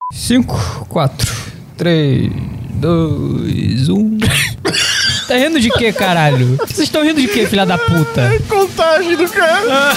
5, 4, 3, 2, 1... Tá rindo de quê, caralho? Vocês estão rindo de quê, filha da puta? É contagem do cara.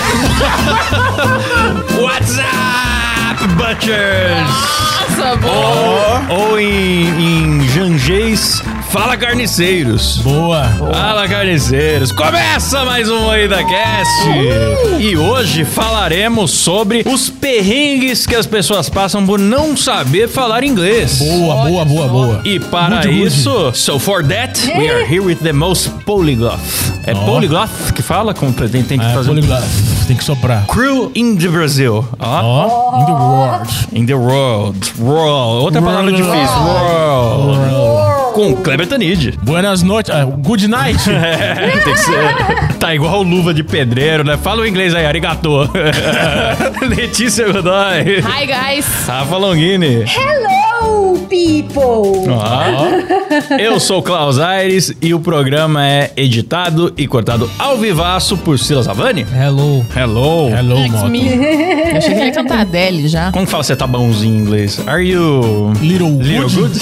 What's up, Butchers? Nossa, boa. Ou em janjês, fala carniceiros. Boa. Fala carniceiros. Começa mais um Moída Cast. E hoje falaremos sobre os perrengues que as pessoas passam por não saber falar inglês. Boa. E para Good. isso, so for that, we are here with the most polyglot. É polyglot que fala? Como tem que fazer? Polyglot. Tem que soprar. Crew in the Brazil. Ó, in the world. In the world. World. Outra palavra difícil. World. Com Kleber Tanid. Buenas noites. Good night. Tem que ser. Tá igual luva de pedreiro, né? Fala o inglês aí, arigato. Letícia Godoy. Hi, guys. Rafa Longini. Hello, people! Eu sou o Klaus Aires e o programa é editado e cortado ao vivaço por Silas Havani. Hello. Hello. Hello, It's moto. me. Eu achei que ele ia cantar Adele já. Como que fala você tá bonzinho em inglês? Are you... Little good?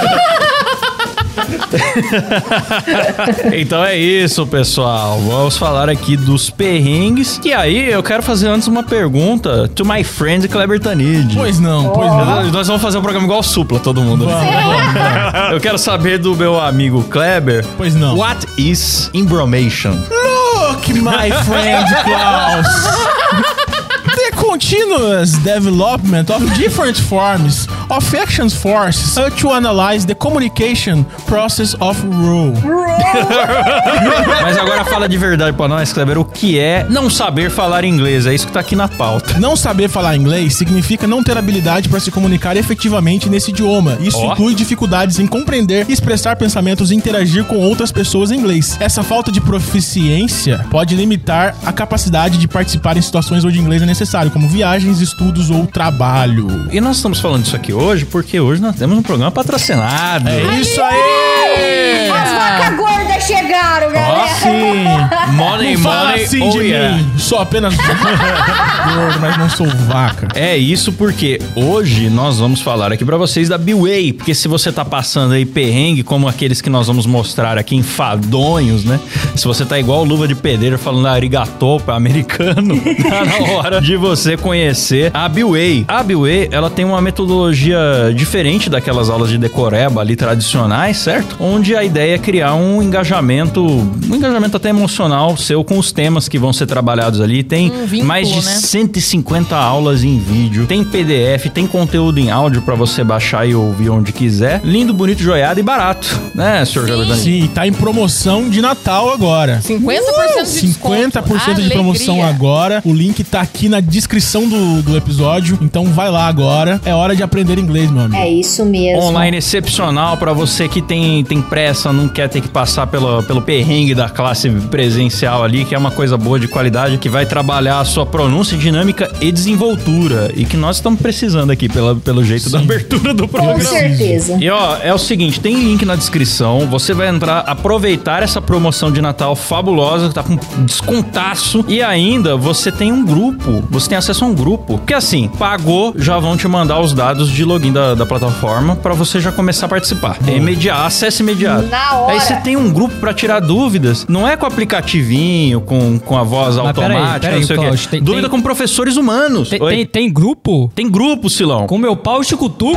Então é isso, pessoal. Vamos falar aqui dos perrengues. E aí, eu quero fazer antes uma pergunta to my friend Kleber Tanid. Pois não. Nós vamos fazer um programa igual Supla, todo mundo. Vamos. Eu quero saber do meu amigo Kleber. Pois não. What is embromation? Look, my friend Klaus. The continuous development of different forms of action forces to analyze the communication process of rule. Mas agora fala de verdade pra nós, Kleber, o que é não saber falar inglês? É isso que tá aqui na pauta. Não saber falar inglês significa não ter habilidade para se comunicar efetivamente nesse idioma. Isso inclui dificuldades em compreender, expressar pensamentos e interagir com outras pessoas em inglês. Essa falta de proficiência pode limitar a capacidade de participar em situações onde inglês é necessário, como viagens, estudos ou trabalho. E nós estamos falando disso aqui hoje porque hoje nós temos um programa patrocinado. É isso aí! As vacas gordas chegaram, galera! Sim! Money, Não fala money, assim oh de yeah. mim. Sou apenas gordo, mas não sou vaca. É isso porque hoje nós vamos falar aqui pra vocês da B-Way, porque se você tá passando aí perrengue, como aqueles que nós vamos mostrar aqui enfadonhos, né? Se você tá igual luva de pedreiro falando arigato pra americano, tá na hora de você conhecer a B-Way. A B-Way, ela tem uma metodologia diferente daquelas aulas de decoreba ali tradicionais, certo? Onde a ideia é criar um engajamento até emocional seu com os temas que vão ser trabalhados ali. Tem vínculo, mais de né? 150 aulas em vídeo, tem PDF, tem conteúdo em áudio pra você baixar e ouvir onde quiser. Lindo, bonito, joiado e barato, né, senhor Jaberdani? Sim, tá em promoção de Natal agora. 50% de desconto. 50% de promoção Alegria. agora. O link tá aqui na descrição do episódio. Então vai lá agora. É hora de aprender inglês, meu amigo. É isso mesmo. Online excepcional pra você que tem pressa, não quer ter que passar pelo perrengue da classe presencial ali, que é uma coisa boa de qualidade, que vai trabalhar a sua pronúncia, dinâmica e desenvoltura. E que nós estamos precisando aqui pelo jeito da abertura do Com programa. certeza. E ó, é o seguinte, tem link na descrição, você vai entrar, aproveitar essa promoção de Natal fabulosa, que tá com descontaço, e ainda você tem um grupo, você tem acesso a um grupo, que assim, pagou, já vão te mandar os dados de login da plataforma pra você já começar a participar. É imediato, acesso imediato. Na hora. Aí você tem um grupo pra tirar dúvidas, não é com aplicativinho, com a voz Mas automática, peraí, não sei Klaus, o quê. Dúvida com professores humanos. Oi? Tem grupo? Tem grupo, Silão. Com meu pau chicutuco?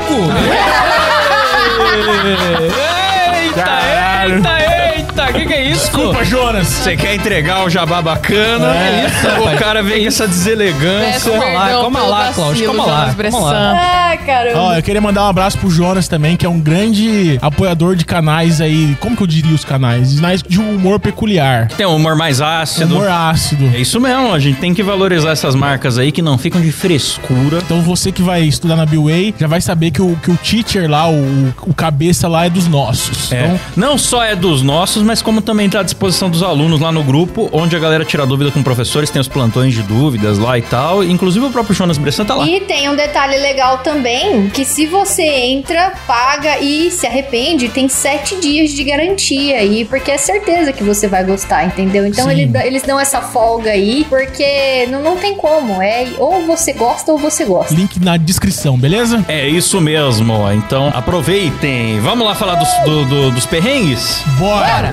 Eita, que é isso? Desculpa, Jonas. Você quer entregar um jabá bacana? É isso, o rapaz. cara vem com essa deselegância. Calma lá, Klaus, calma lá. Ah, caramba. Ó, eu queria mandar um abraço pro Jonas também, que é um grande apoiador de canais aí. Como que eu diria os canais? Canais de humor peculiar. Tem um humor mais ácido. Humor ácido. É isso mesmo, a gente tem que valorizar essas marcas aí que não ficam de frescura. Então você que vai estudar na B-Way já vai saber que o teacher lá, o cabeça lá é dos nossos. É. Então, Não só é dos nossos, mas como também tá à disposição dos alunos lá no grupo, onde a galera tira dúvida com professores, tem os plantões de dúvidas lá e tal. Inclusive o próprio Jonas Bressan tá lá. E tem um detalhe legal também. também que se você entra, paga e se arrepende, tem 7 dias de garantia aí, porque é certeza que você vai gostar, entendeu? Então eles dão essa folga aí, porque não tem como, ou você gosta ou você gosta. Link na descrição, beleza? É isso mesmo. Então aproveitem. Vamos lá falar dos perrengues? Bora!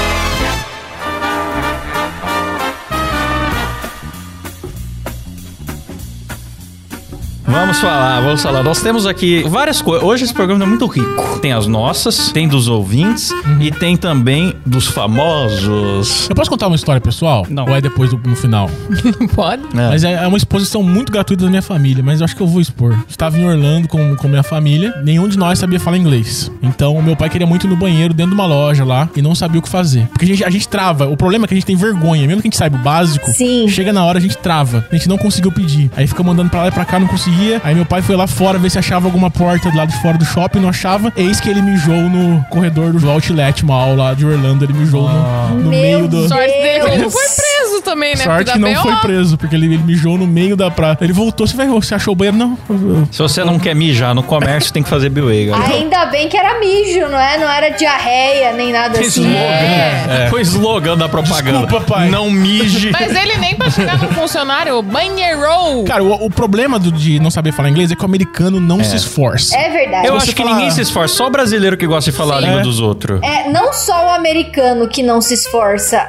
Vamos falar. Nós temos aqui várias coisas. Hoje esse programa é muito rico. Tem as nossas, tem dos ouvintes e tem também dos famosos. Eu posso contar uma história pessoal? Não. Ou é depois no final? Pode? Mas é uma exposição muito gratuita da minha família, mas eu acho que eu vou expor. Estava em Orlando com minha família, nenhum de nós sabia falar inglês. Então meu pai queria muito ir no banheiro dentro de uma loja lá e não sabia o que fazer. Porque a gente trava. O problema é que a gente tem vergonha. Mesmo que a gente saiba o básico, Sim. chega na hora a gente trava. A gente não conseguiu pedir. Aí fica mandando pra lá e pra cá, não conseguia. Aí meu pai foi lá fora ver se achava alguma porta do lado de fora do shopping, não achava. Eis que ele mijou no corredor do Outlet Mall lá de Orlando. Ele mijou no meio do... Sorte dele que ele não foi preso também, né? Sorte que não foi preso, porque ele mijou no meio da praia. Ele voltou, você achou o banheiro? Não. Se você não quer mijar no comércio, tem que fazer BWay, galera. Ainda bem que era mijo, não é? Não era diarreia, nem nada assim. Foi o slogan da propaganda. Desculpa, pai. Não mije. Mas ele nem pra chegar no funcionário, banheiro. Cara, o problema de não saber falar inglês é que o americano não se esforça. É verdade. Eu você acho que falar- ninguém se esforça. Só o brasileiro que gosta de falar a língua dos outros. Não só o americano que não se esforça.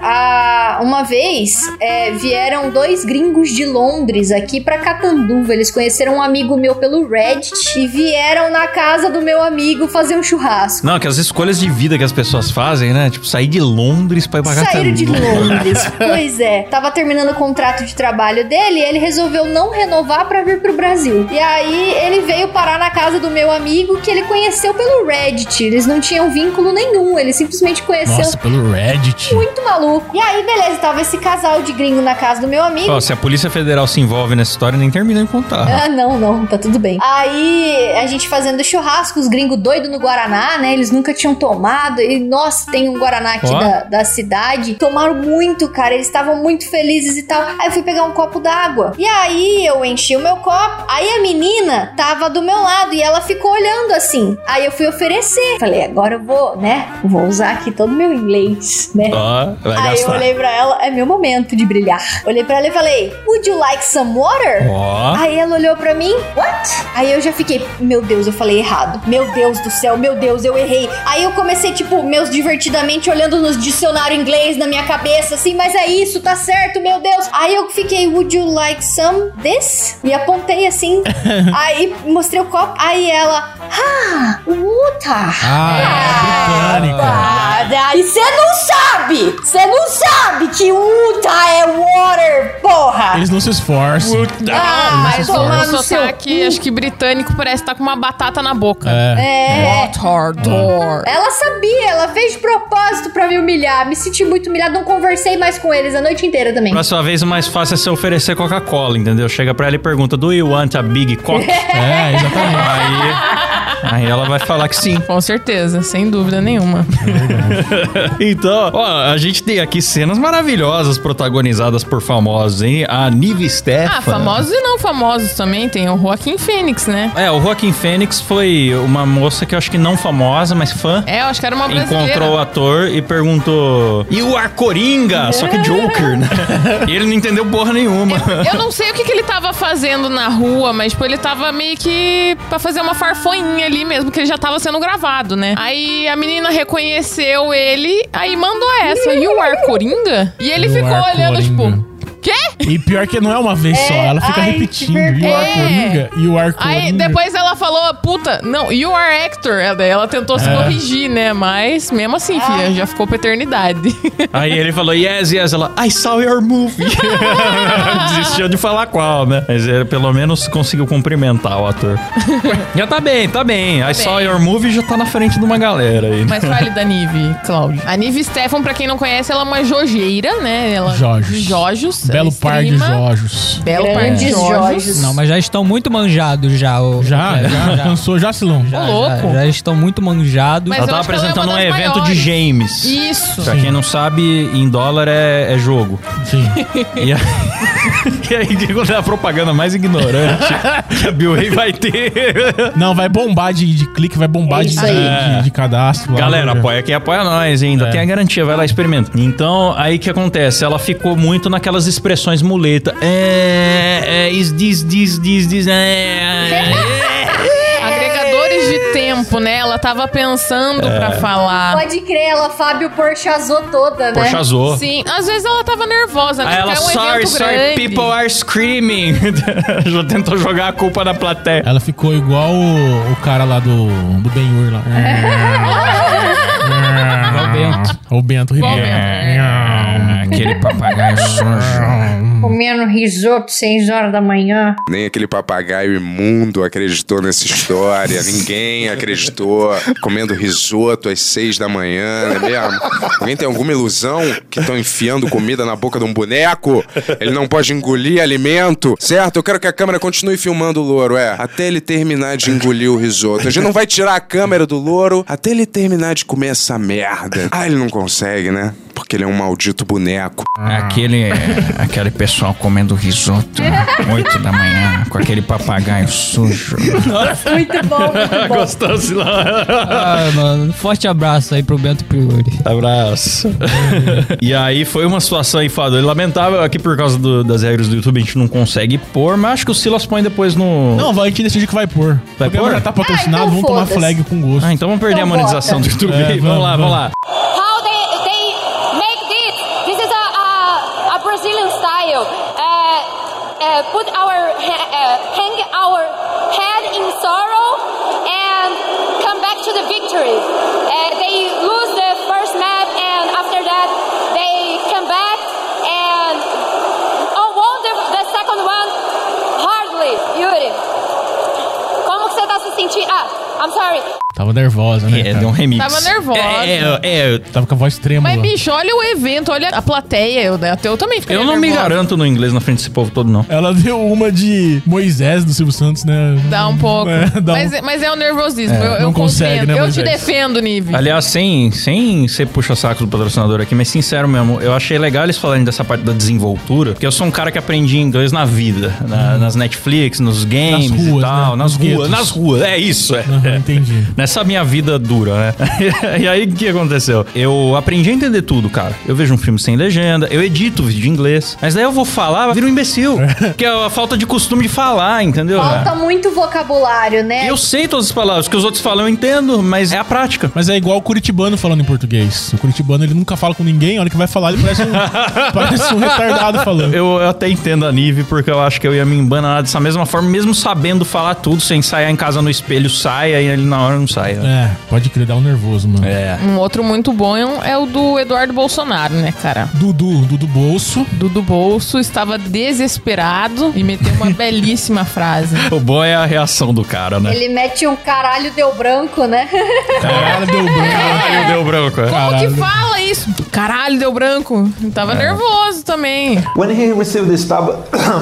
Uma vez vieram 2 gringos de Londres aqui pra Catanduva. Eles conheceram um amigo meu pelo Reddit e vieram na casa do meu amigo fazer um churrasco. Não, que as escolhas de vida que as pessoas fazem, né? Tipo, sair de Londres pra ir pra Saíram de Catanduva. Londres. Pois é. Tava terminando o contrato de trabalho dele e ele resolveu não renovar pra vir pro Brasil. E aí ele veio parar na casa do meu amigo que ele conheceu pelo Reddit. Eles não tinham vínculo nenhum. Ele simplesmente conheceu. Nossa, pelo Reddit. Muito maluco. E aí, beleza, tava esse casal de gringo na casa do meu amigo. Ó, se a Polícia Federal se envolve nessa história, nem termina de contar. Ah, não, tá tudo bem. Aí, a gente fazendo churrasco, os gringos doidos no Guaraná, né? Eles nunca tinham tomado. E, nossa, tem um Guaraná aqui da cidade. Tomaram muito, cara. Eles estavam muito felizes e tal. Aí eu fui pegar um copo d'água. E aí, eu enchi o meu copo. Aí a menina tava do meu lado e ela ficou olhando assim. Aí eu fui oferecer. Falei, agora eu vou, né? Vou usar aqui todo o meu inglês, né? Ó, vai Aí eu gastar. olhei pra ela, é meu momento de brilhar. Olhei pra ela e falei, would you like some water? Ó. Aí ela olhou pra mim, what? Aí eu já fiquei, meu Deus, eu falei errado. Meu Deus do céu, meu Deus, eu errei. Aí eu comecei, tipo, meus divertidamente olhando nos dicionário inglês na minha cabeça, assim, mas é isso, tá certo, meu Deus. Aí eu fiquei, would you like some this? E apontei assim, aí mostrei o copo, aí ela, water. Britânica. E você não sabe que Utah é water, porra! Eles não se esforçam. Mas tomar o no seu sotaque, cu. acho que britânico parece estar com uma batata na boca. É. Water door. Ela sabia, ela fez de propósito pra me humilhar. Me senti muito humilhada, não conversei mais com eles a noite inteira também. Próxima vez, o mais fácil é você oferecer Coca-Cola, entendeu? Chega pra ela e pergunta, do you want a big cock? É, exatamente. Aí ela vai falar que sim. Com certeza, sem dúvida nenhuma. Então, ó, a gente tem aqui cenas maravilhosas protagonizadas por famosos, hein? A Nive Stefan. Famosos e não famosos também. Tem o Joaquin Phoenix, né? O Joaquin Phoenix foi uma moça que eu acho que não famosa, mas fã. Eu acho que era uma brasileira. Encontrou o ator e perguntou, e o Coringa? Só que Joker, né? E ele não entendeu porra nenhuma. Eu não sei o que ele tava fazendo na rua, mas tipo, ele tava meio que pra fazer uma farfoinha ali mesmo, que ele já tava sendo gravado, né? Aí a menina reconheceu ele, aí mandou essa, e o Coringa? E ele You ficou are olhando, Coringa. tipo, quê? E pior que não é uma vez só, ela fica ai, repetindo. que vergonha. You are Coringa, you are Coringa. Aí depois ela falou, puta, não, you are actor. Daí ela tentou se corrigir, né? Mas mesmo assim, filha, já ficou pra eternidade. Aí ele falou, yes. Ela, I saw your movie. Desistiu de falar qual, né? Mas ele pelo menos conseguiu cumprimentar o ator. Já tá bem. I saw your movie já tá na frente de uma galera aí. Mas fale da Nive, Cláudio. A Nive Stefan, pra quem não conhece, ela é uma jojeira, né? Ela Jojos. Jojos. Belo ela par de streama. Jojos. Belo par de Grandes Jojos. Jojos. Não, mas já estão muito manjados já. Já cansou, já, Silão? Já, Ô, louco. já estão muito manjados. Mas Ela eu tava acho que ela é apresentando uma um das evento de maiores. James. Isso. Pra quem não sabe, em dólar é jogo. Sim. E aí, E aí, quando é a propaganda mais ignorante que a BeWay vai ter. Não, vai bombar de clique, vai bombar de cadastro. Galera, apoia quem apoia nós, hein? Ainda tem a garantia, vai lá experimenta. Então, aí o que acontece? Ela ficou muito naquelas expressões muleta. Is this, Agregadores de tempo, né? Ela tava pensando pra falar. Pode crer, ela Fábio Porchazou toda, né? Porchazou. Sim, às vezes ela tava nervosa. Aí ela, sorry, people are screaming. Já tentou jogar a culpa na plateia. Ela ficou igual o cara lá do Ben-Hur lá. O Bento Ribeiro. Aquele papagaio sujo. Comendo risoto 6 horas da manhã. Nem aquele papagaio imundo acreditou nessa história. Ninguém acreditou. Comendo risoto às 6 da manhã, não é mesmo? Alguém tem alguma ilusão que estão enfiando comida na boca de um boneco? Ele não pode engolir alimento, certo? Eu quero que a câmera continue filmando o louro, até ele terminar de engolir o risoto. A gente não vai tirar a câmera do louro até ele terminar de comer essa merda. Ah, ele não consegue, né? Porque ele é um maldito boneco. Aquele pessoal comendo risoto 8 da manhã com aquele papagaio sujo. Muito bom, muito bom. Gostou-se lá? Ah, mano, forte abraço aí pro Bento Priori. Abraço. E aí foi uma situação enfadonha. Lamentável aqui por causa das regras do YouTube, a gente não consegue pôr, mas acho que o Silas põe depois no... Não, a gente decide que vai pôr. Vai pôr? Já tá patrocinado, então vamos tomar foda-se. flag com gosto. Ah, então vamos perder Então a monetização do YouTube. Vamos lá. How they make this? This is a Brazilian style. Put hang our head in sorrow and come back to the victory. They lose the first map and after that they come back and won the second one hardly. Yuri, como que você tá se sentindo? I'm sorry. Tava nervosa, né? Deu um remix. Tava nervosa. Tava com a voz trêmula. Mas, bicho, olha o evento, olha a plateia. Eu também fiquei Eu não me garanto no inglês na frente desse povo todo, não. Ela deu uma de Moisés do Silvio Santos, né? Dá um pouco. Dá mas é o nervosismo. Eu não consegue, compreendo. né, Eu te Moisés? defendo, Nive. Aliás, sem ser puxa-saco do patrocinador aqui, mas sincero mesmo, eu achei legal eles falarem dessa parte da desenvoltura, porque eu sou um cara que aprendi inglês na vida, nas Netflix, nos games Nas ruas, e tal, né? nas Nos ruas, guetos. nas ruas, é isso, Entendi. Nessa minha vida dura, né? E aí, o que aconteceu? Eu aprendi a entender tudo, cara. Eu vejo um filme sem legenda, eu edito vídeo em inglês, mas daí eu vou falar, vira um imbecil, que é a falta de costume de falar, entendeu? Falta muito vocabulário, né? Eu sei todas as palavras que os outros falam, eu entendo, mas é a prática. Mas é igual o curitibano falando em português. O curitibano, ele nunca fala com ninguém, a hora que vai falar, ele parece um retardado falando. Eu até entendo a Nive, porque eu acho que eu ia me embanar dessa mesma forma, mesmo sabendo falar tudo, sem ensaiar em casa no espelho, sai, aí ele na hora não sai. Pode crer, dá um nervoso, mano. Um outro muito bom é o do Eduardo Bolsonaro, né, cara? Dudu Bolso. Dudu Bolso estava desesperado e meteu uma belíssima frase. O bom é a reação do cara, né? Ele mete um caralho deu branco, né? Caralho, deu branco. Caralho, deu branco. Como que fala isso? Caralho, deu branco. Ele tava nervoso também. When he received this tablet,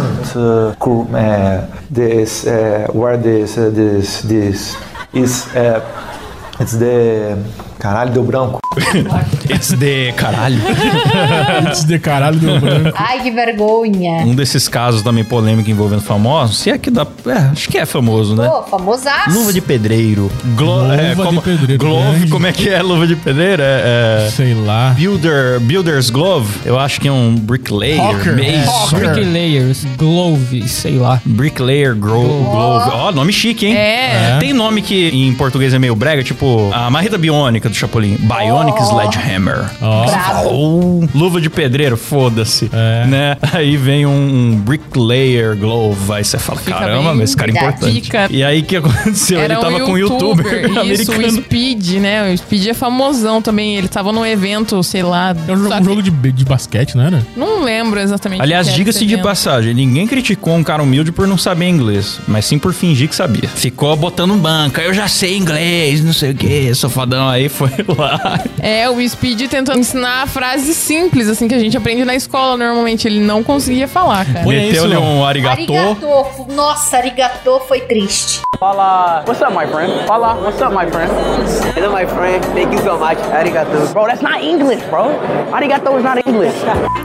it's the caralho deu branco. It's the caralho. It's the caralho deu branco. Ai, que vergonha. Um desses casos também polêmico envolvendo famosos, se é que dá... acho que é famoso, né? Pô, famosaço. Luva de pedreiro. Luva de pedreiro Glove, grande. como é que é luva de pedreiro? Sei lá. Builder's Glove. Eu acho que é um bricklayer. Hawker. Mason. Bricklayers, Glove, sei lá. Bricklayer Glove. Ó, nome chique, hein? Tem nome que em português é meio brega, tipo a marreta biônica do Chapolin. Bionic Sledgehammer. Luva de pedreiro, foda-se. Né? Aí vem um Bricklayer Glove. Aí você fala, Fica caramba, bem mas esse cara é importante. fica- E aí o que aconteceu? Era Ele tava com um youtuber Isso, americano. o Speed, né? O Speed é famosão também. Ele tava num evento, sei lá. É um só que- jogo de basquete, não era? Não lembro exatamente. Aliás, o que era diga-se esse de evento. passagem, ninguém criticou um cara humilde por não saber inglês, mas sim por fingir que sabia. Ficou botando banca, eu já sei inglês, não sei o que, sou fodão, aí foi lá. O Speed tentando ensinar frases simples, assim, que a gente aprende na escola normalmente. Ele não conseguia falar, cara. Põe Meteu-lhe isso, um arigatô. Arigatô. Nossa, arigatô foi triste. Fala, what's up, my friend? Fala, what's up, my friend? Hello, my friend. Thank you so much. Arigato. Bro, that's not English, bro. Arigato is not English.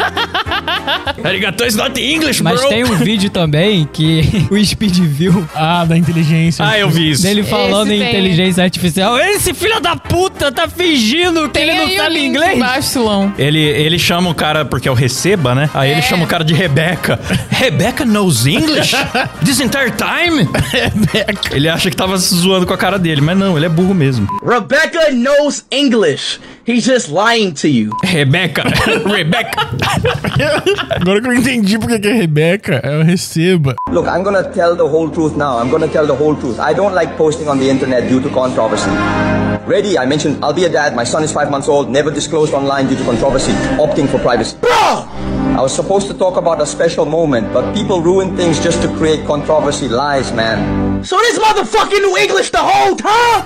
Arigato is not English, bro. Mas tem um vídeo também que o Speed viu. Da inteligência. Eu vi isso. Dele falando Esse em tem. inteligência artificial. Esse filho da puta tá fingindo que ele não sabe inglês. Embaixo, Silão. Ele chama o cara, porque é o Receba, né? Aí ele chama o cara de Rebeca. Rebeca knows English? This entire time? Rebeca. Ele acha que tava se zoando com a cara dele, mas não, ele é burro mesmo. Rebecca knows English. He's just lying to you. Rebeca. Rebeca. Agora que eu entendi porque que é Rebeca, eu receba. Look, I'm gonna tell the whole truth now. I'm gonna tell the whole truth. I don't like posting on the internet due to controversy. Ready? I mentioned I'll be a dad. My son is 5 months old. Never disclosed online due to controversy. Opting for privacy. Bro! I was supposed to talk about a special moment, but people ruin things just to create controversy. Lies, man. So this motherfucker knew English the whole time?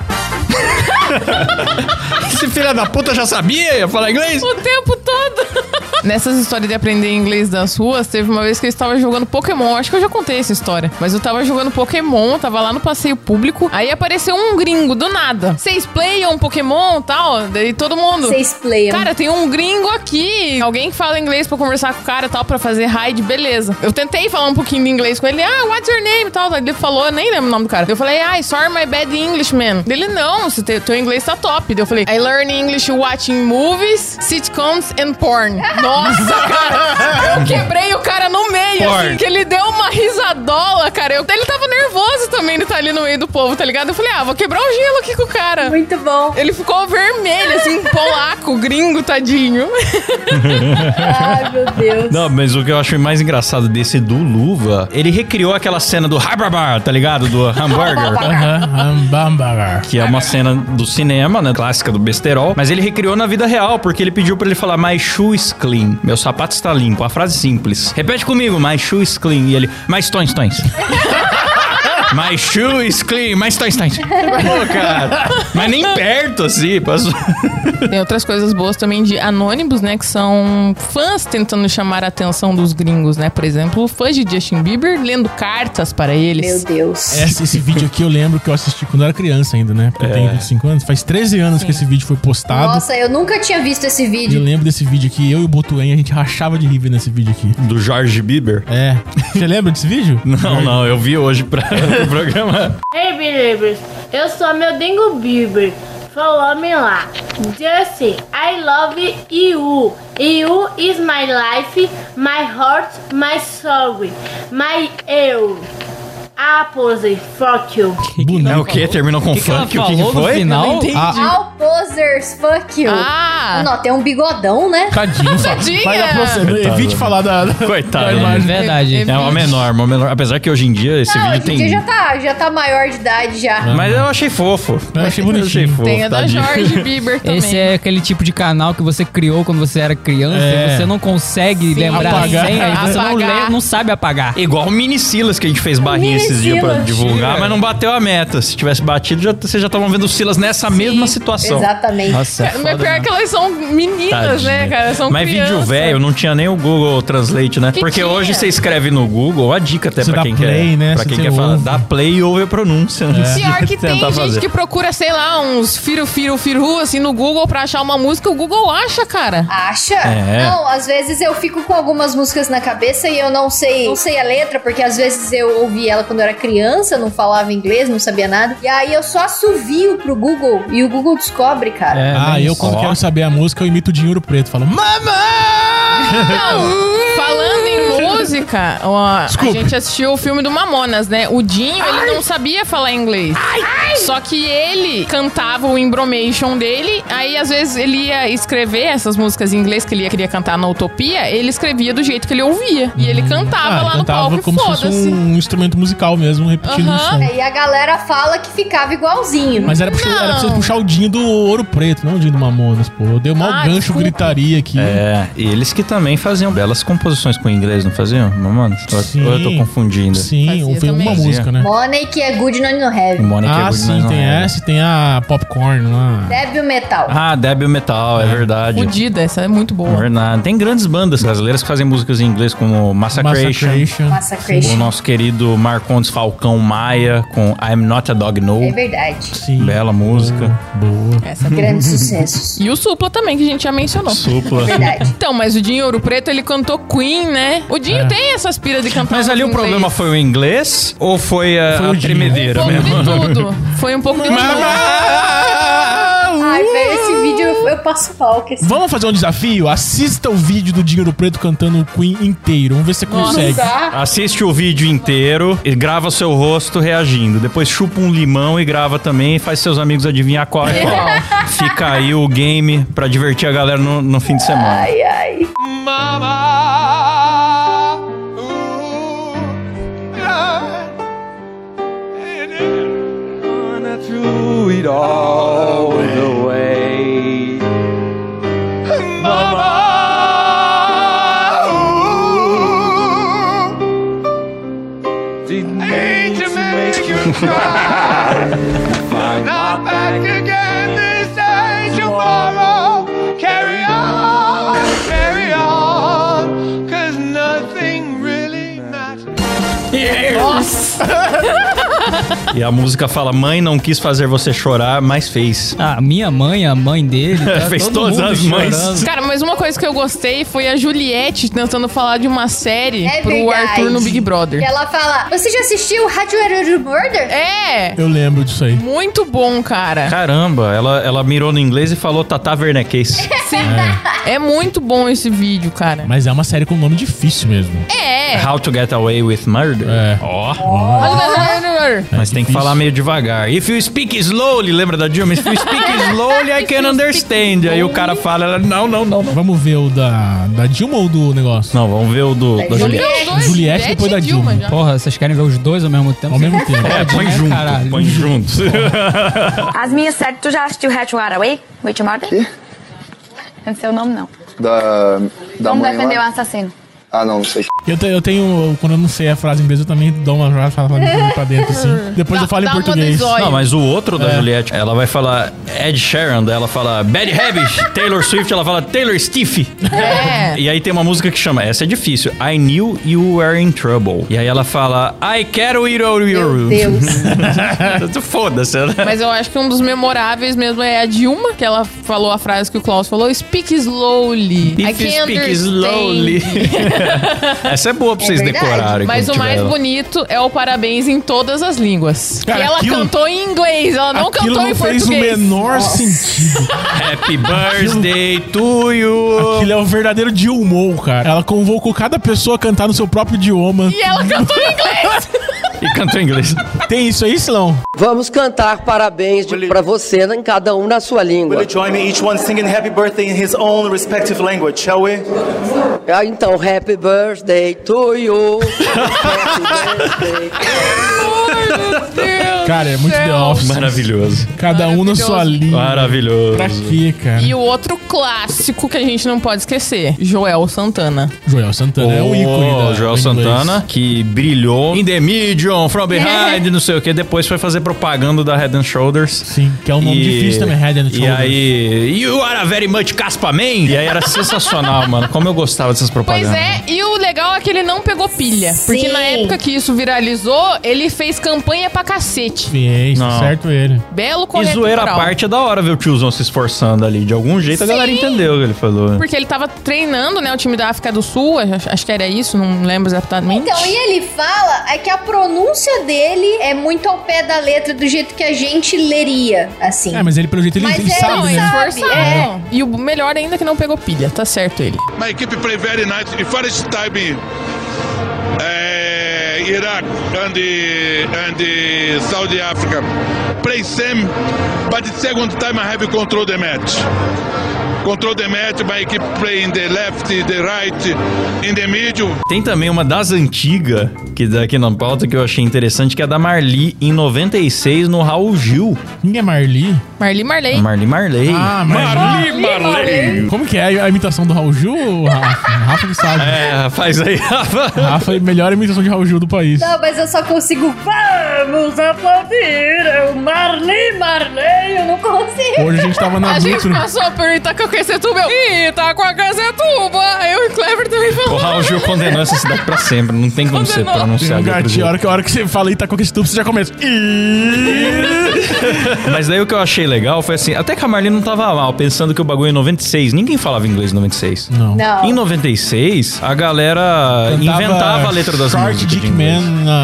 Esse filho da puta já sabia? Ia falar inglês? O tempo todo. Nessas histórias de aprender inglês das ruas, teve uma vez que eu estava jogando Pokémon. Acho que eu já contei essa história. Mas eu tava jogando Pokémon, tava lá no passeio público. Aí apareceu um gringo, do nada. Vocês playam Pokémon e tal? Daí todo mundo... Vocês playam. Cara, tem um gringo aqui. Alguém que fala inglês pra conversar com o cara e tal, pra fazer raid, beleza. Eu tentei falar um pouquinho de inglês com ele. What's your name e tal. Ele falou, nem lembro o nome do cara. Eu falei, sorry, my bad English, man. Ele, não, teu inglês tá top. Daí eu falei, I learn English watching movies, sitcoms and porn. Nossa, cara. Eu quebrei o cara no meio, assim, que ele deu uma risadola, cara. Ele tava nervoso também de estar ali no meio do povo, tá ligado? Eu falei, vou quebrar o gelo aqui com o cara. Muito bom. Ele ficou vermelho, assim, polaco, gringo, tadinho. Ai, meu Deus. Não, mas o que eu acho mais engraçado desse do Luva, ele recriou aquela cena do Habarbar, tá ligado? Do hambúrguer. Hambúrguer. Que é uma cena do cinema, né? Clássica do besterol. Mas ele recriou na vida real, porque ele pediu pra ele falar my shoe is clean. Meu sapato está limpo. A frase simples. Repete comigo, my shoe is clean. E ele, mais tons. My shoe is clean. Mais tons. Pô, cara. Mas nem perto, assim. Passou. Tem outras coisas boas também de anônimos, né? Que são fãs tentando chamar a atenção dos gringos, né? Por exemplo, fãs de Justin Bieber lendo cartas para eles. Meu Deus. Esse vídeo aqui eu lembro que eu assisti quando eu era criança ainda, né? Porque eu tenho 25 anos. Faz 13 anos que esse vídeo foi postado. Nossa, eu nunca tinha visto esse Eu vídeo. lembro desse vídeo aqui. Eu e o Botuém, a gente rachava de rir vendo esse vídeo aqui. Do Jorge Bieber? É. Você lembra desse vídeo? Não. Eu vi hoje pro programa. Hey, Believers. Eu sou meu Dingo Bieber. Follow-me lá. Justin, I love you. You is my life, my heart, my soul, my eu. Apose, fuck you. É o quê? Terminou com funk? O que foi? Final? Eu não entendi. All posers, fuck you. Não, tem um bigodão, né? Tadinho. Vai dar pra você. Evite falar da Coitado. da imagem. Verdade. É uma menor. Apesar que hoje em dia esse Não, vídeo hoje em tem... dia já tá maior de idade já. Mas eu achei fofo. Eu achei bonitinho. Tem a da tadinho. Jorge Bieber também. Esse é aquele tipo de canal que você criou quando você era criança e você não consegue lembrar Apagar. a senha e você Apagar. não sabe apagar. Igual o Mini Silas que a gente fez barrinha esses dias pra divulgar, mas não bateu a meta. Se tivesse batido, vocês já estavam vendo o Silas nessa mesma situação. Exatamente. Nossa, é Mas foda, pior né? que elas são meninas, né, cara? São Mas crianças. vídeo velho não tinha nem o Google Translate, né? Que Porque tinha? hoje você escreve no Google, a dica até Você pra dá quem play, quer, né? pra Você quem quer falar, ouve. dá play e ouve a pronúncia. Pior que tem Tentar gente fazer. que procura, sei lá, uns firu, assim, no Google pra achar uma música, o Google acha, cara. Acha? É. Não, às vezes eu fico com algumas músicas na cabeça e eu não sei a letra, porque às vezes eu ouvi ela quando eu era criança, não falava inglês, não sabia nada. E aí eu só assovio pro Google e o Google descobre, cara. Eu quando quero saber a música, eu imito o Dinheiro Preto. Falo, Falando em música, a gente assistiu o filme do Mamonas, né? O Dinho, ele não sabia falar inglês. Só que ele cantava o Embromation dele, aí às vezes ele ia escrever essas músicas em inglês que ele queria cantar na Utopia, ele escrevia do jeito que ele ouvia. E ele cantava lá no palco e como se fosse foda-se. um instrumento musical mesmo, repetindo o som. E a galera fala que ficava igualzinho. Mas era pra você puxar o Dinho do Ouro Preto, não o Dinho do Mamonas, pô. Deu mal gancho, desculpa. gritaria aqui. É, eles que também faziam belas composições com inglês, não faziam? faziam? Mano, ou eu tô confundindo? Sim, ou foi uma música, né? Money que é good, nós não have. Money que é good, sim, nós não tem have. essa e tem a Popcorn lá. Débil Metal. Ah, Débil Metal, é verdade. Fudida, essa é muito boa. É verdade. Tem grandes bandas brasileiras que fazem músicas em inglês, como Massacration. O nosso querido Marcondes Falcão Maia, com I'm Not a Dog No. É verdade. Sim. Bela música. Boa. Essa Grandes sucessos. E o Supla também, que a gente já mencionou. Supla. É verdade. Então, mas o Dinho Ouro Preto, ele cantou Queen, né? O Dinho tem essas piras de cantar. Mas ali o problema foi o inglês ou foi a tremedeira um pouco mesmo? de tudo. Foi um pouco de tudo. Ai, velho, esse vídeo eu passo mal. Que Vamos fazer um desafio? Assista o vídeo do Dinheiro Preto cantando o Queen inteiro. Vamos ver se você consegue. Assiste o vídeo inteiro e grava seu rosto reagindo. Depois chupa um limão e grava também e faz seus amigos adivinhar qual é qual. Fica aí o game pra divertir a galera no fim de semana. Ai, ai. Through it all the way, Mama. Didn't mean to make you cry. Not back again this day tomorrow. Carry on, 'cause nothing really matters. Nossa! E a música fala: mãe não quis fazer você chorar, mas fez. Ah, minha mãe, a mãe dele. Tá Fez todo todas mundo as mães. chorando. Cara, mas uma coisa que eu gostei foi a Juliette tentando falar de uma série É pro verdade. Arthur no Big Brother. Que ela fala, você já assistiu Rádio Murder? É! Eu lembro disso aí. Muito bom, cara. Caramba, ela mirou no inglês e falou Tata Werneck. Sim. É muito bom esse vídeo, cara. Mas é uma série com um nome difícil mesmo. É. How to Get Away with Murder. É. Ó. difícil. Mas tem que falar meio devagar. If you speak slowly, lembra da Dilma? If you speak slowly, I can understand. Aí o cara fala, ela, não. Vamos ver o da Dilma ou do negócio? Não, vamos ver o da Juliette. Juliette depois da Dilma. Porra, vocês querem ver os dois ao mesmo tempo? Ao mesmo tempo. É, Pode, põe né, junto, caralho? põe junto. As minhas séries, tu já assistiu How to Get Away with Murder? Quê? Não sei o nome, não. Da Como mãe defender o lá? assassino? Ah, não sei. Eu tenho, quando eu não sei a frase em inglês, eu também dou uma frase pra dentro, assim. Depois eu falo em português. Não, mas o outro da Juliette, ela vai falar Ed Sheeran, daí ela fala Bad Habit. Taylor Swift, ela fala Taylor Stiff. É. E aí tem uma música que chama, essa é difícil, I Knew You Were in Trouble. E aí ela fala I quero ir ao your room. Meu Deus. Foda-se, né? Mas eu acho que um dos memoráveis mesmo é a Dilma, que ela falou a frase que o Klaus falou, speak slowly. If I you can't speak understand. slowly. Essa é boa pra vocês decorarem. Mas quando o mais tiver lá. bonito é o parabéns em todas as línguas. Cara, e ela aquilo- cantou em inglês, ela não Aquilo cantou não em fez português. o menor sentido. Happy birthday to you. Aquilo é o verdadeiro Dilmou, cara. Ela convocou cada pessoa a cantar no seu próprio idioma. E ela cantou em inglês. E cantou em inglês. Tem isso aí, Silão? Vamos cantar parabéns pra você em cada um na sua língua. Will you join me, each one singing happy birthday in his own respective language, shall we? Ah, então, happy birthday to you. Cara, é muito The Office. Maravilhoso. Cada um na sua língua. Maravilhoso. Pra quê, cara? E o outro clássico que a gente não pode esquecer, Joel Santana. Joel Santana é o ícone da Joel do inglês. Santana, que brilhou in the medium, from behind, não sei o que. Depois foi fazer propaganda da Head and Shoulders. Sim, que é um nome difícil também, Head and E Shoulders. aí, you are very much Caspa Man. E aí era sensacional, mano. Como eu gostava dessas propagandas. Pois é, e o legal é que ele não pegou pilha. Porque na época que isso viralizou, ele fez campanha pra cacete. Fez, tá Não. certo ele. Belo E correto zoeira à moral. parte é da hora ver o tiozão se esforçando ali. De algum jeito a galera entendeu o que ele falou. né? Porque ele tava treinando, né, o time da África do Sul, acho que era isso, não lembro exatamente. Então, e ele fala é que a pronúncia dele é muito ao pé da letra, do jeito que a gente leria, assim. É, mas ele, pelo jeito, ele sabe, Não, né? esforçado. É. E o melhor ainda é que não pegou pilha, tá certo ele. My equipe play very nice. The first time Iraq and the Saudi Africa play same, but the second time I have control the match. Control the match, my equipe play in the left, the right, in the middle. Tem também uma das antigas, que daqui na pauta que eu achei interessante, que é da Marli em 96 no Raul Gil. Quem é Marli? Marli Marley. Marli Marley. Ah, Marli. Como que é a imitação do Raul Gil, Rafa? Rafa que sabe. Faz aí, Rafa. Rafa é a melhor imitação de Raul Gil do país. Não, mas eu só consigo. Vamos aplaudir o Marli Marley. Eu não consigo. Hoje a gente tava na A gente Blitz. passou por Itacoaquecetuba. Ih, tá com a Cacetuba. Eu e o Clever também O falamos. Raul Gil condenou essa cidade pra sempre. Não tem como você pronunciar de outro Gatinho, jeito. a hora que você fala Itacoaquecetuba, você já começa. Mas daí o que eu achei legal foi assim, até que a Marli não tava mal, pensando que o bagulho é 96. Ninguém falava inglês em 96. Não. Em 96, a galera inventava a letra das Shark músicas. Dick Man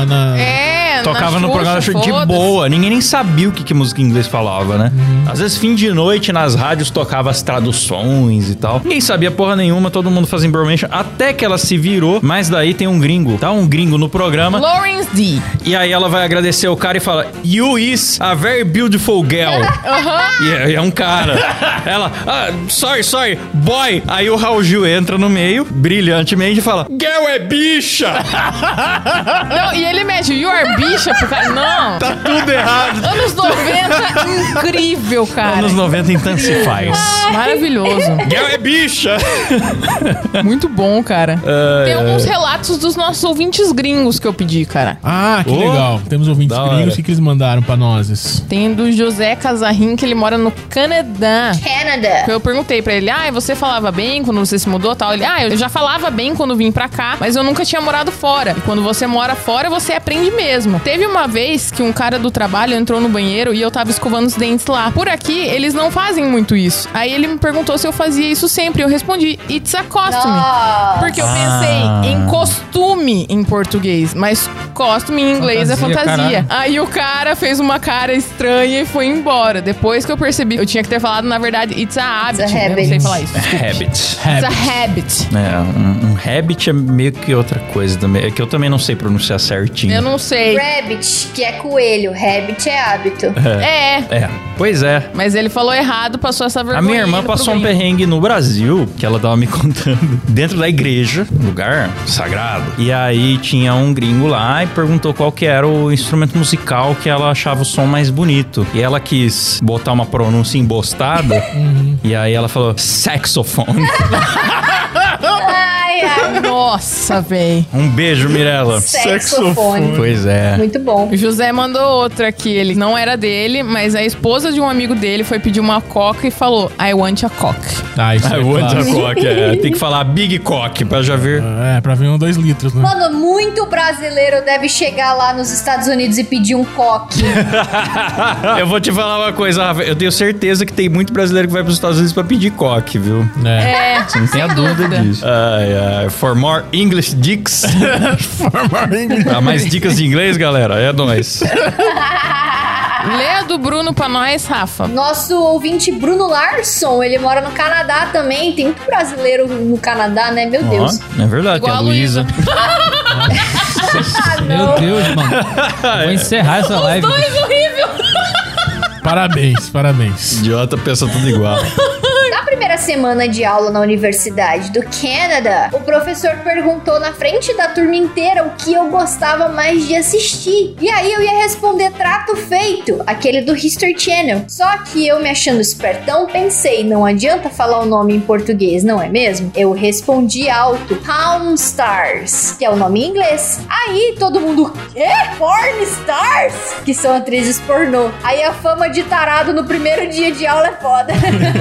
Tocava na no programa Xuxa, de foda-se. boa. Ninguém nem sabia o que música em inglês falava, né? Às vezes, fim de noite, nas rádios tocava as traduções e tal. Ninguém sabia porra nenhuma, todo mundo fazia information. Até que ela se virou, mas daí tem um gringo, tá? Um gringo no programa. Lawrence D. E aí ela vai agradecer o cara e fala: You is a very beautiful girl. E é um cara. Ela, sorry, boy. Aí o Raul Gil entra no meio, brilhantemente, e fala: Girl é bicha. Não, e ele mete, you are bicha pro cara. Não. Tá tudo errado. Anos 90, incrível, cara. Anos 90 então se faz. Maravilhoso. Girl é bicha. Muito bom, cara. Tem alguns relatos dos nossos ouvintes gringos que eu pedi, cara. Ah, que legal. Temos ouvintes gringos. O que eles mandaram pra nós? Tem do José Casarim, que ele mora no Canadá. Canadá. Eu perguntei pra ele, você falava bem quando você se mudou e tal? Ele, eu já falava bem quando vim pra cá, mas eu nunca tinha morado fora. E quando você mora fora, você aprende mesmo. Teve uma vez que um cara do trabalho entrou no banheiro e eu tava escovando os dentes lá. Por aqui, eles não fazem muito isso. Aí ele me perguntou se eu fazia isso sempre. Eu respondi, it's a costume. Porque eu pensei em costume em português, mas costume em inglês é fantasia. Caralho. Aí o cara fez uma cara estranha e foi embora. Depois que eu percebi, eu tinha que ter falado, na verdade, it's a habit. It's a Eu não habit. sei falar isso. Habit. It's a habit. Um habit é meio que outra coisa também. É que eu também não sei pronunciar certinho. Eu não sei. Rabbit, que é coelho. Rabbit é hábito. Pois é. Mas ele falou errado, passou essa vergonha. A minha irmã passou um perrengue no Brasil, que ela tava me contando, dentro da igreja, lugar sagrado. E aí tinha um gringo lá e perguntou qual que era o instrumento musical que ela achava o som mais bonito. E ela quis botar uma pronúncia embostada. E aí ela falou, saxofone. Ai. Nossa, véi. Um beijo, Mirella. Saxofone. Pois é. Muito bom. O José mandou outra aqui. Ele não era dele, mas a esposa de um amigo dele foi pedir uma coca e falou, I want a cock. Isso I want a cock. Tem que falar big cock pra já ver. Pra ver 2 litros, né? Mano, muito brasileiro deve chegar lá nos Estados Unidos e pedir um coque. Eu vou te falar uma coisa, Rafa. Eu tenho certeza que tem muito brasileiro que vai pros Estados Unidos pra pedir coque, viu? Você não tem a dúvida disso. For more English dicks. For more English. Pra mais dicas de inglês, galera, é nóis. Lê a do Bruno pra nós, Rafa. Nosso ouvinte Bruno Larson, ele mora no Canadá também. Tem muito brasileiro no Canadá, né? Meu Deus. É verdade, Igual tem a a Luísa. Meu Deus, mano. Vou encerrar essa live. Dois horrível. Parabéns. Idiota pensa tudo igual. Na primeira semana de aula na Universidade do Canadá, o professor perguntou na frente da turma inteira o que eu gostava mais de assistir. E aí eu ia responder Trato Feito, aquele do History Channel. Só que eu, me achando espertão, pensei, não adianta falar o nome em português, não é mesmo? Eu respondi alto, Pawn Stars, que é o nome em inglês. Aí todo mundo, Porn Stars? Que são atrizes pornô. Aí a fama de tarado no primeiro dia de aula é foda.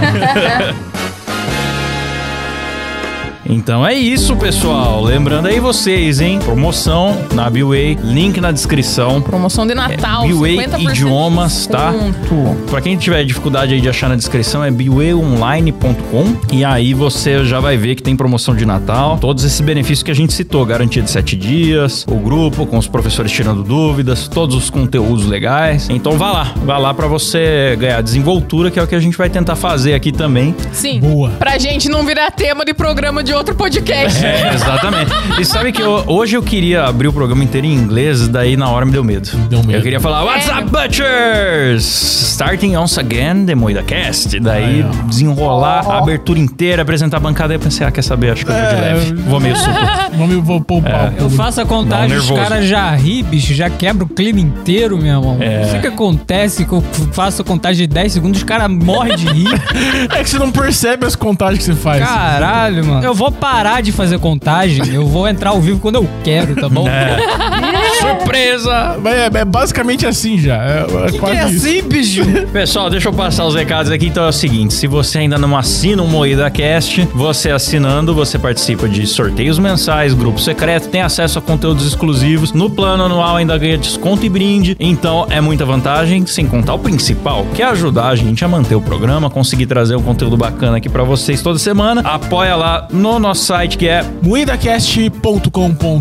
Então é isso, pessoal. Lembrando aí vocês, hein? Promoção na B-Way, link na descrição. Promoção de Natal, B-Way 50% Idiomas, tá? Pra quem tiver dificuldade aí de achar na descrição, é bwayonline.com. E aí você já vai ver que tem promoção de Natal. Todos esses benefícios que a gente citou. Garantia de 7 dias, o grupo com os professores tirando dúvidas, todos os conteúdos legais. Então vá lá pra você ganhar desenvoltura, que é o que a gente vai tentar fazer aqui também. Sim. Boa. Pra gente não virar tema de programa de outro podcast. Exatamente. E sabe que hoje eu queria abrir o programa inteiro em inglês, daí na hora me deu medo. Eu queria falar, what's up, Butchers? Starting once again, The Moída Cast. Daí desenrolar a abertura inteira, apresentar a bancada. Aí eu pensei, quer saber? Acho que eu vou de leve. Vou meio super. Vou poupar. Eu faço a contagem, os caras já ri, bicho, já quebra o clima inteiro, meu irmão. Não sei o que acontece, que eu faço a contagem de 10 segundos, os caras morrem de rir. É que você não percebe as contagens que você faz. Caralho, mano. Eu vou parar de fazer contagem, eu vou entrar ao vivo quando eu quero, tá bom? Surpresa! É basicamente assim já. Que é assim, bicho? Pessoal, deixa eu passar os recados aqui. Então é o seguinte, se você ainda não assina o Moída Cast, você assinando, você participa de sorteios mensais, grupo secreto, tem acesso a conteúdos exclusivos. No plano anual ainda ganha desconto e brinde. Então é muita vantagem, sem contar o principal, que é ajudar a gente a manter o programa, conseguir trazer um conteúdo bacana aqui pra vocês toda semana. Apoia lá no nosso site, que é moidacast.com.br.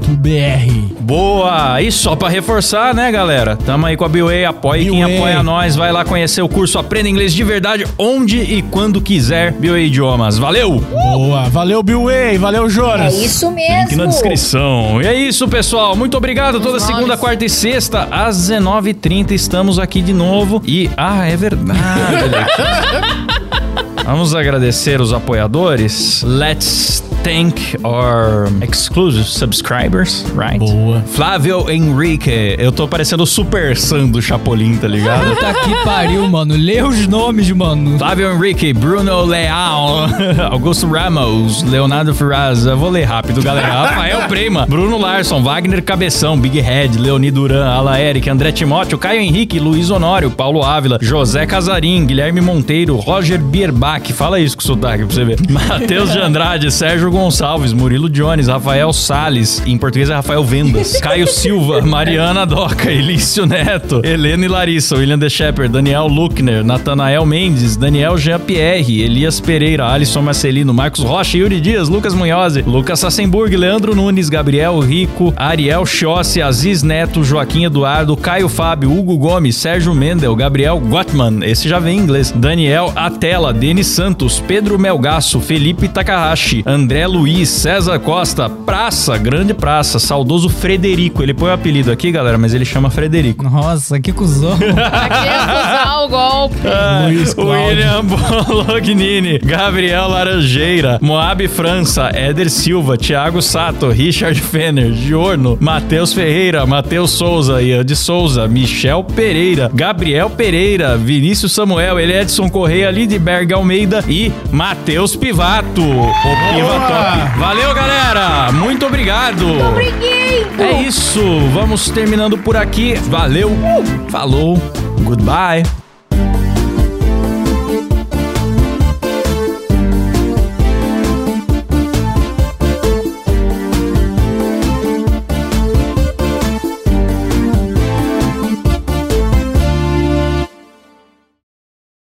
Boa! E só pra reforçar, né, galera? Tamo aí com a BioWay, apoie quem apoia nós. Vai lá conhecer o curso Aprenda Inglês de Verdade, onde e quando quiser. BioWay Idiomas. Valeu! Boa! Valeu, BioWay! Valeu, Jonas! É isso mesmo! Link na descrição. E é isso, pessoal. Muito obrigado. Toda segunda, quarta e sexta, às 19h30, estamos aqui de novo. E, é verdade. Vamos agradecer os apoiadores. Let's thank our exclusive subscribers, right? Boa. Flávio Henrique. Eu tô parecendo o Super Sam do Chapolin, tá ligado? Puta que pariu, mano. Lê os nomes, mano. Flávio Henrique, Bruno Leal, Augusto Ramos, Leonardo Ferraz. Eu vou ler rápido, galera. Rafael Prema, Bruno Larson, Wagner Cabeção, Big Head, Leoni Duran, Ala Eric, André Timóteo, Caio Henrique, Luiz Honório, Paulo Ávila, José Casarim, Guilherme Monteiro, Roger Bierbach. Fala isso com sotaque pra você ver. Matheus de Andrade, Sérgio Gonçalves, Murilo Jones, Rafael Salles, em português é Rafael Vendas, Caio Silva, Mariana Doca, Elício Neto, Helena e Larissa, William De Shepard, Daniel Luckner, Natanael Mendes, Daniel Jean-Pierre, Elias Pereira, Alisson Marcelino, Marcos Rocha, Yuri Dias, Lucas Munhoz, Lucas Sassenburg, Leandro Nunes, Gabriel Rico, Ariel Chossi, Aziz Neto, Joaquim Eduardo, Caio Fábio, Hugo Gomes, Sérgio Mendel, Gabriel Gottman, esse já vem em inglês, Daniel Atela, Denis Santos, Pedro Melgaço, Felipe Takahashi, André Luiz, César Costa, Praça, Grande Praça, saudoso Frederico. Ele põe o apelido aqui, galera, mas ele chama Frederico. Nossa, que cuzão. Aqui é cuzão o golpe. William Bolognini, Gabriel Laranjeira, Moab França, Éder Silva, Thiago Sato, Richard Fenner, Giorno, Matheus Ferreira, Matheus Souza, Ian de Souza, Michel Pereira, Gabriel Pereira, Vinícius Samuel, Edson Correia, Lidberg Almeida e Matheus Pivato. O Pivato. Valeu, galera! Muito obrigado! Muito obrigado! É isso! Vamos terminando por aqui. Valeu! Falou! Goodbye!